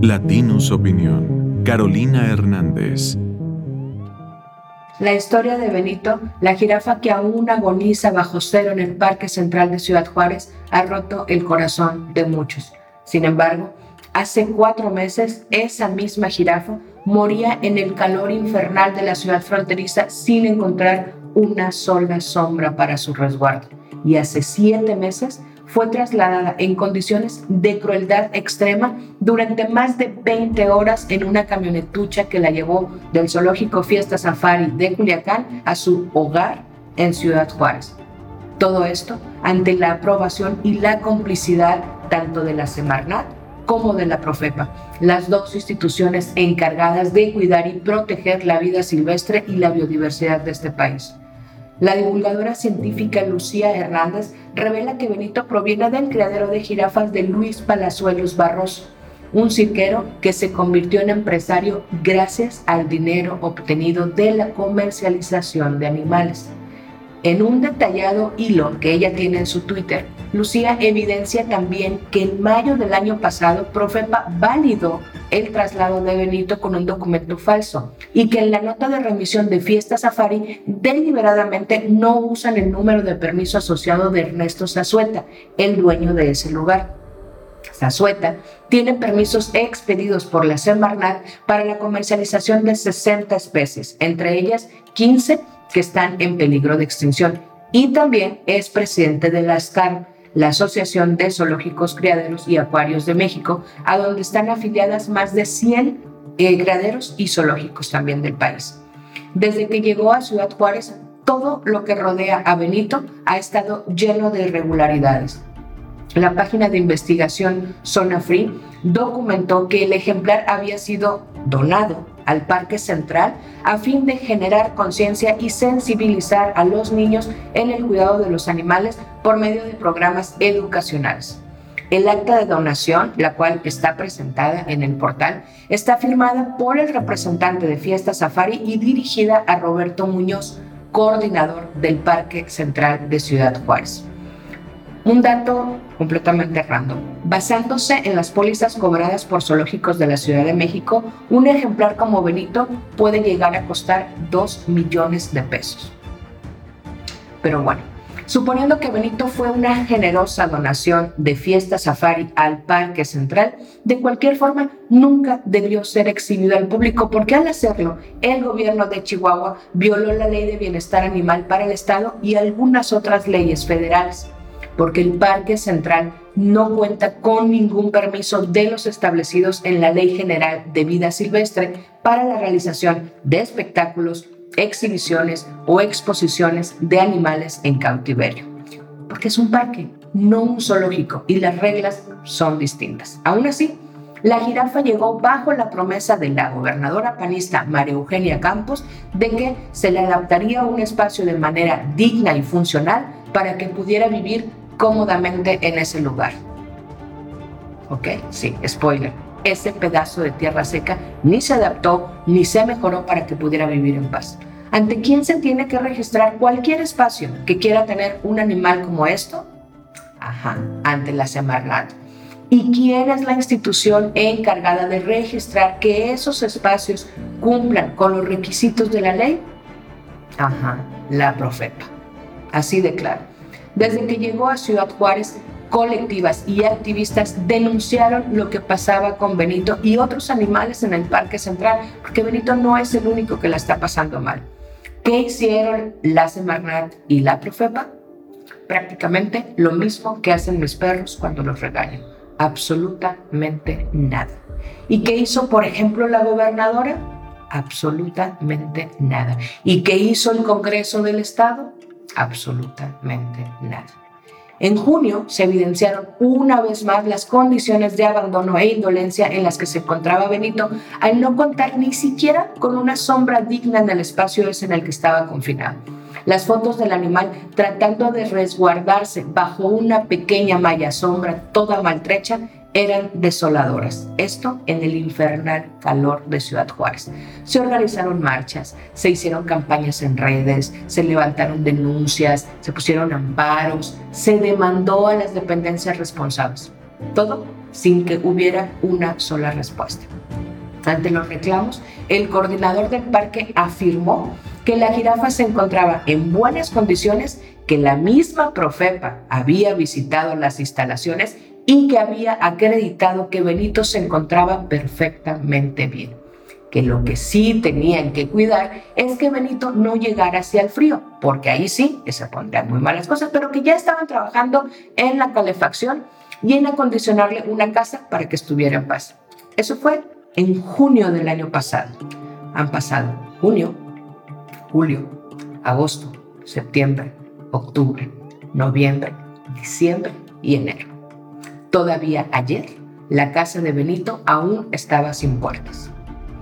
Latinus Opinión. Carolina Hernández. La historia de Benito, la jirafa que aún agoniza bajo cero en el Parque Central de Ciudad Juárez, ha roto el corazón de muchos. Sin embargo, hace 4 meses, esa misma jirafa moría en el calor infernal de la ciudad fronteriza sin encontrar una sola sombra para su resguardo. Y hace 7 meses fue trasladada en condiciones de crueldad extrema durante más de 20 horas en una camionetucha que la llevó del zoológico Fiesta Safari de Culiacán a su hogar en Ciudad Juárez. Todo esto ante la aprobación y la complicidad tanto de la Semarnat como de la Profepa, las dos instituciones encargadas de cuidar y proteger la vida silvestre y la biodiversidad de este país. La divulgadora científica Lucía Hernández revela que Benito proviene del criadero de jirafas de Luis Palazuelos Barroso, un cirquero que se convirtió en empresario gracias al dinero obtenido de la comercialización de animales. En un detallado hilo que ella tiene en su Twitter, Lucía evidencia también que en mayo del año pasado Profepa validó el traslado de Benito con un documento falso y que en la nota de remisión de Fiesta Safari deliberadamente no usan el número de permiso asociado de Ernesto Zazueta, el dueño de ese lugar. Zazueta tiene permisos expedidos por la Semarnat para la comercialización de 60 especies, entre ellas 15 que están en peligro de extinción, y también es presidente de la ASCAR, la Asociación de Zoológicos, Criaderos y Acuarios de México, a donde están afiliadas más de 100 criaderos y zoológicos también del país. Desde que llegó a Ciudad Juárez, todo lo que rodea a Benito ha estado lleno de irregularidades. La página de investigación Zona Free documentó que el ejemplar había sido donado al Parque Central a fin de generar conciencia y sensibilizar a los niños en el cuidado de los animales por medio de programas educacionales. El acta de donación, la cual está presentada en el portal, está firmada por el representante de Fiesta Safari y dirigida a Roberto Muñoz, coordinador del Parque Central de Ciudad Juárez. Un dato completamente random. Basándose en las pólizas cobradas por zoológicos de la Ciudad de México, un ejemplar como Benito puede llegar a costar 2 millones de pesos. Pero bueno, suponiendo que Benito fue una generosa donación de Fiesta Safari al Parque Central, de cualquier forma nunca debió ser exhibido al público porque al hacerlo, el gobierno de Chihuahua violó la Ley de Bienestar Animal para el Estado y algunas otras leyes federales, porque el Parque Central no cuenta con ningún permiso de los establecidos en la Ley General de Vida Silvestre para la realización de espectáculos, exhibiciones o exposiciones de animales en cautiverio. Porque es un parque, no un zoológico, y las reglas son distintas. Aún así, la jirafa llegó bajo la promesa de la gobernadora panista María Eugenia Campos de que se le adaptaría un espacio de manera digna y funcional para que pudiera vivir cómodamente en ese lugar. Ok, sí, spoiler. Ese pedazo de tierra seca ni se adaptó ni se mejoró para que pudiera vivir en paz. ¿Ante quién se tiene que registrar cualquier espacio que quiera tener un animal como esto? Ante la Semarnat. ¿Y quién es la institución encargada de registrar que esos espacios cumplan con los requisitos de la ley? La Profepa. Así de claro. Desde que llegó a Ciudad Juárez, colectivas y activistas denunciaron lo que pasaba con Benito y otros animales en el Parque Central, porque Benito no es el único que la está pasando mal. ¿Qué hicieron la Semarnat y la Profepa? Prácticamente lo mismo que hacen mis perros cuando los regaño. Absolutamente nada. ¿Y qué hizo, por ejemplo, la gobernadora? Absolutamente nada. ¿Y qué hizo el Congreso del Estado? Absolutamente nada. En junio se evidenciaron una vez más las condiciones de abandono e indolencia en las que se encontraba Benito al no contar ni siquiera con una sombra digna en el espacio ese en el que estaba confinado. Las fotos del animal tratando de resguardarse bajo una pequeña malla sombra toda maltrecha eran desoladoras. Esto en el infernal calor de Ciudad Juárez. Se organizaron marchas, se hicieron campañas en redes, se levantaron denuncias, se pusieron amparos, se demandó a las dependencias responsables. Todo sin que hubiera una sola respuesta. Ante los reclamos, el coordinador del parque afirmó que la jirafa se encontraba en buenas condiciones, que la misma Profepa había visitado las instalaciones y que había acreditado que Benito se encontraba perfectamente bien. Que lo que sí tenían que cuidar es que Benito no llegara hacia el frío, porque ahí sí que se pondrían muy malas cosas, pero que ya estaban trabajando en la calefacción y en acondicionarle una casa para que estuviera en paz. Eso fue en junio del año pasado. Han pasado junio, julio, agosto, septiembre, octubre, noviembre, diciembre y enero. Todavía ayer, la casa de Benito aún estaba sin puertas.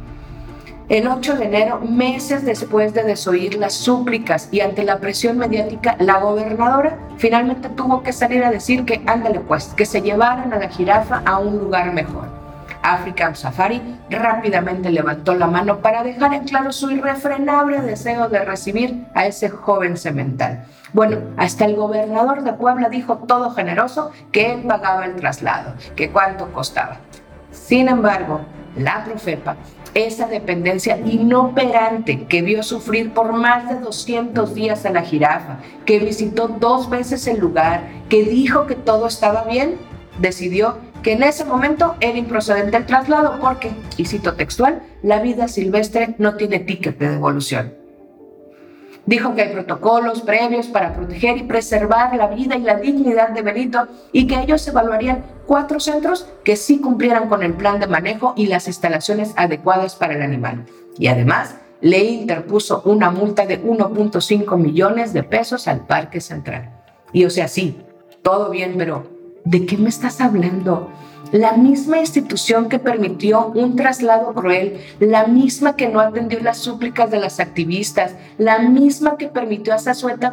El 8 de enero, meses después de desoír las súplicas y ante la presión mediática, la gobernadora finalmente tuvo que salir a decir que, ándale pues, que se llevaran a la jirafa a un lugar mejor. African Safari rápidamente levantó la mano para dejar en claro su irrefrenable deseo de recibir a ese joven semental. Bueno, hasta el gobernador de Puebla dijo todo generoso que él pagaba el traslado, que cuánto costaba. Sin embargo, la Profepa, esa dependencia inoperante que vio sufrir por más de 200 días a la jirafa, que visitó 2 veces el lugar, que dijo que todo estaba bien, decidió que en ese momento era improcedente el traslado porque, y cito textual, la vida silvestre no tiene ticket de devolución. Dijo que hay protocolos previos para proteger y preservar la vida y la dignidad de Benito y que ellos evaluarían 4 centros que sí cumplieran con el plan de manejo y las instalaciones adecuadas para el animal. Y además, le interpuso una multa de 1.5 millones de pesos al Parque Central. Y o sea, sí, todo bien, pero ¿de qué me estás hablando? La misma institución que permitió un traslado cruel, la misma que no atendió las súplicas de las activistas, la misma que permitió a Zazueta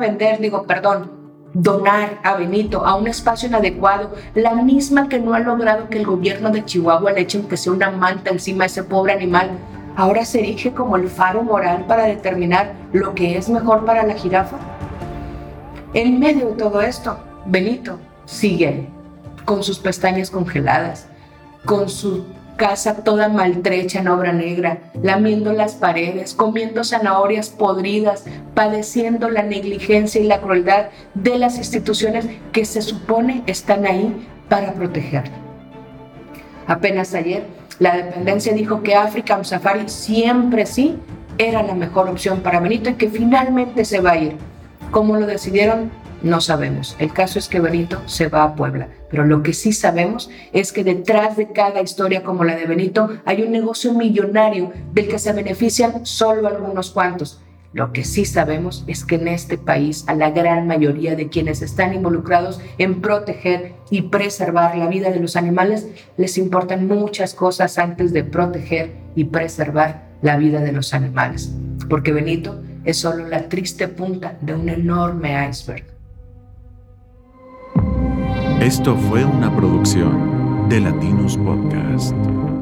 donar a Benito a un espacio inadecuado, la misma que no ha logrado que el gobierno de Chihuahua le eche que sea una manta encima a ese pobre animal, ahora se erige como el faro moral para determinar lo que es mejor para la jirafa. En medio de todo esto, Benito sigue con sus pestañas congeladas, con su casa toda maltrecha en obra negra, lamiendo las paredes, comiendo zanahorias podridas, padeciendo la negligencia y la crueldad de las instituciones que se supone están ahí para protegerlo. Apenas ayer, la dependencia dijo que African Safari siempre sí era la mejor opción para Benito y que finalmente se va a ir. ¿Cómo lo decidieron? No sabemos. El caso es que Benito se va a Puebla, pero lo que sí sabemos es que detrás de cada historia como la de Benito hay un negocio millonario del que se benefician solo algunos cuantos. Lo que sí sabemos es que en este país a la gran mayoría de quienes están involucrados en proteger y preservar la vida de los animales les importan muchas cosas antes de proteger y preservar la vida de los animales, porque Benito es solo la triste punta de un enorme iceberg. Esto fue una producción de Latinos Podcast.